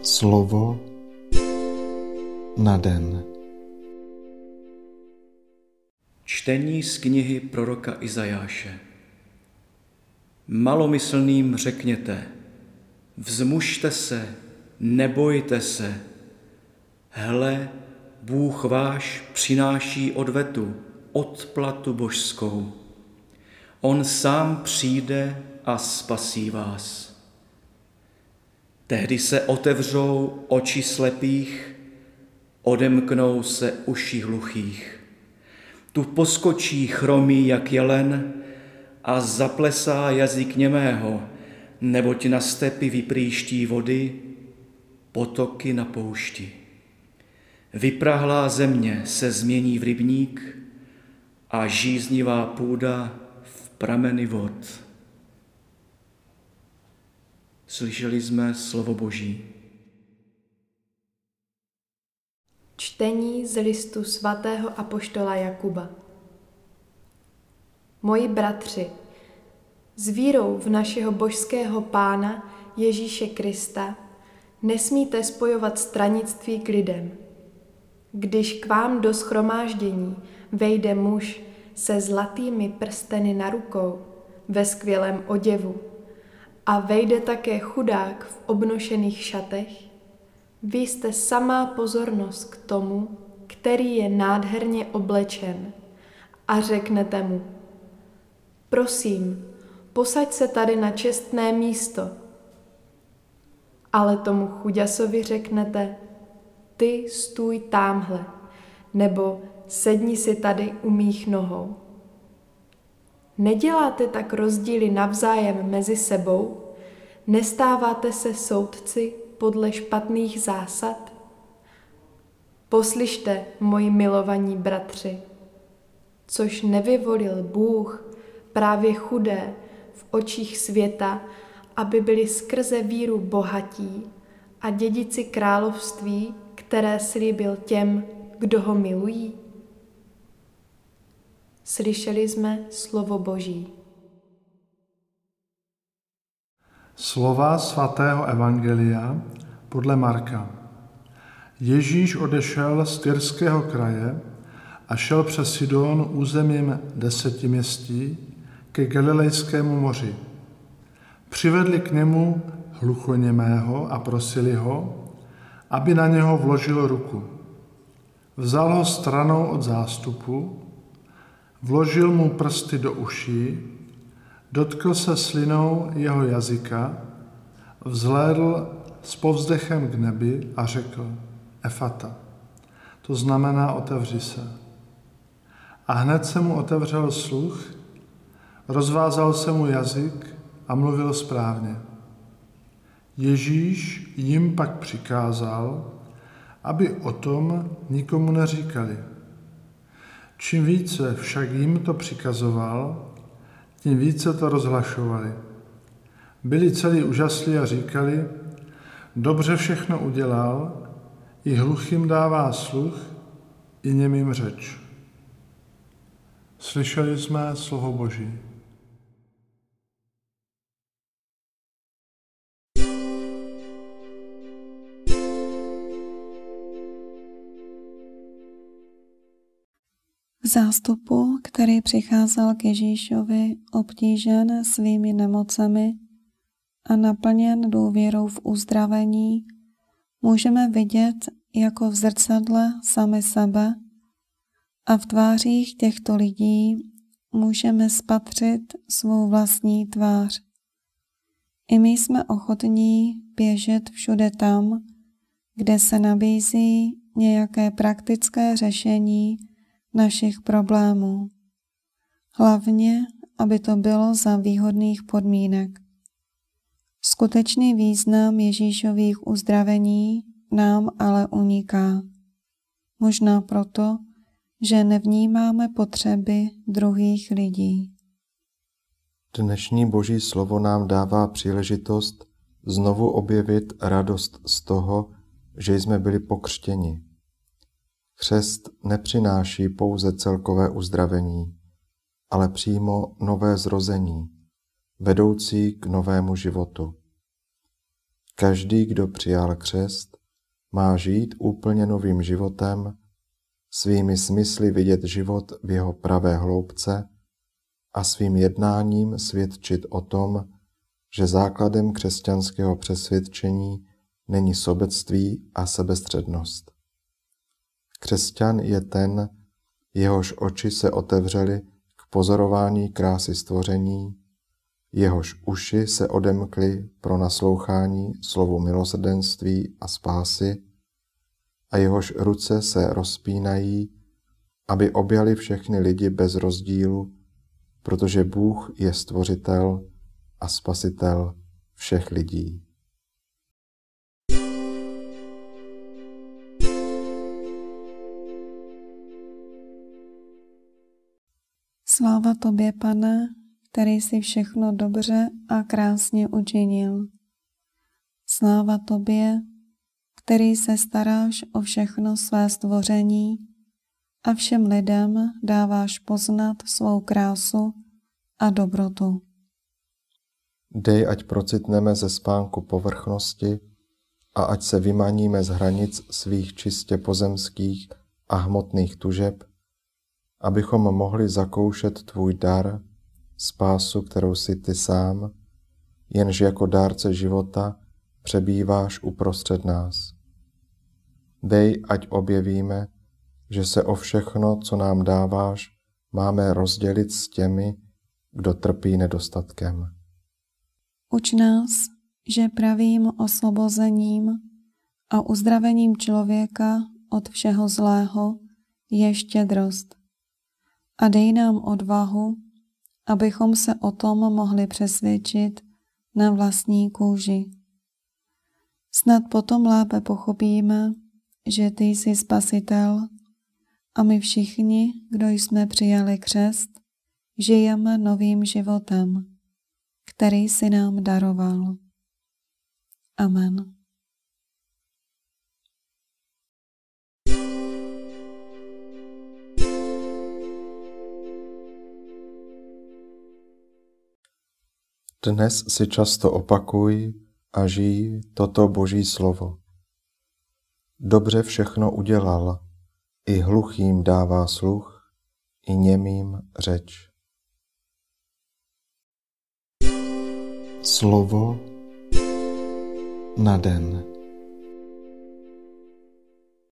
Slovo na den. Čtení z knihy proroka Izajáše. Malomyslným řekněte: vzmužte se, nebojte se. Hle, Bůh váš přináší odvetu, odplatu božskou. On sám přijde a spasí vás. Tehdy se otevřou oči slepých, odemknou se uši hluchých. Tu poskočí chromý jak jelen a zaplesá jazyk němého, neboť na stepi vyprýští vody, potoky na poušti. Vyprahlá země se změní v rybník a žíznivá půda v prameny vod. Slyšeli jsme slovo Boží. Čtení z listu svatého apoštola Jakuba. Moji bratři, s vírou v našeho božského Pána Ježíše Krista nesmíte spojovat stranictví k lidem. Když k vám do shromáždění vejde muž se zlatými prsteny na rukou ve skvělém oděvu a vejde také chudák v obnošených šatech, vy jste samá pozornost k tomu, který je nádherně oblečen, a řeknete mu: prosím, posaď se tady na čestné místo. Ale tomu chuďasovi řeknete: ty stůj támhle, nebo sedni si tady u mých nohou. Neděláte tak rozdíly navzájem mezi sebou? Nestáváte se soudci podle špatných zásad? Poslyšte, moji milovaní bratři, což nevyvolil Bůh právě chudé v očích světa, aby byli skrze víru bohatí a dědici království, které slíbil těm, kdo ho milují? Slyšeli jsme slovo Boží. Slova svatého evangelia podle Marka. Ježíš odešel z Tyrského kraje a šel přes Sidon územím 10 městí ke Galilejskému moři. Přivedli k němu hluchoněmého a prosili ho, aby na něho vložil ruku. Vzal ho stranou od zástupu, vložil mu prsty do uší, dotkl se slinou jeho jazyka, vzhlédl s povzdechem k nebi a řekl: Efata, to znamená otevři se. A hned se mu otevřel sluch, rozvázal se mu jazyk a mluvil správně. Ježíš jim pak přikázal, aby o tom nikomu neříkali. Čím více však jim to přikazoval, tím více to rozhlašovali. Byli celí úžaslí a říkali: dobře všechno udělal, i hluchým dává sluch, i němým řeč. Slyšeli jsme slovo Boží. V zástupu, který přicházel k Ježíšovi obtížen svými nemocemi a naplněn důvěrou v uzdravení, můžeme vidět jako v zrcadle sami sebe a v tvářích těchto lidí můžeme spatřit svou vlastní tvář. I my jsme ochotní běžet všude tam, kde se nabízí nějaké praktické řešení našich problémů. Hlavně, aby to bylo za výhodných podmínek. Skutečný význam Ježíšových uzdravení nám ale uniká. Možná proto, že nevnímáme potřeby druhých lidí. Dnešní Boží slovo nám dává příležitost znovu objevit radost z toho, že jsme byli pokřtěni. Křest nepřináší pouze celkové uzdravení, ale přímo nové zrození, vedoucí k novému životu. Každý, kdo přijal křest, má žít úplně novým životem, svými smysly vidět život v jeho pravé hloubce a svým jednáním svědčit o tom, že základem křesťanského přesvědčení není sobectví a sebestřednost. Křesťan je ten, jehož oči se otevřely k pozorování krásy stvoření, jehož uši se odemkly pro naslouchání slovu milosrdenství a spásy a jehož ruce se rozpínají, aby objali všechny lidi bez rozdílu, protože Bůh je stvořitel a spasitel všech lidí. Sláva tobě, Pane, který jsi všechno dobře a krásně učinil. Sláva tobě, který se staráš o všechno své stvoření a všem lidem dáváš poznat svou krásu a dobrotu. Dej, ať procitneme ze spánku povrchnosti a ať se vymaníme z hranic svých čistě pozemských a hmotných tužeb, abychom mohli zakoušet tvůj dar, spásu, kterou jsi ty sám, jenž jako dárce života přebýváš uprostřed nás. Dej, ať objevíme, že se o všechno, co nám dáváš, máme rozdělit s těmi, kdo trpí nedostatkem. Uč nás, že pravým osvobozením a uzdravením člověka od všeho zlého je štědrost. A dej nám odvahu, abychom se o tom mohli přesvědčit na vlastní kůži. Snad potom lépe pochopíme, že ty jsi Spasitel a my všichni, kdo jsme přijali křest, žijeme novým životem, který jsi nám daroval. Amen. Dnes si často opakuj a žij toto Boží slovo. Dobře všechno udělal, i hluchým dává sluch, i němým řeč. Slovo na den.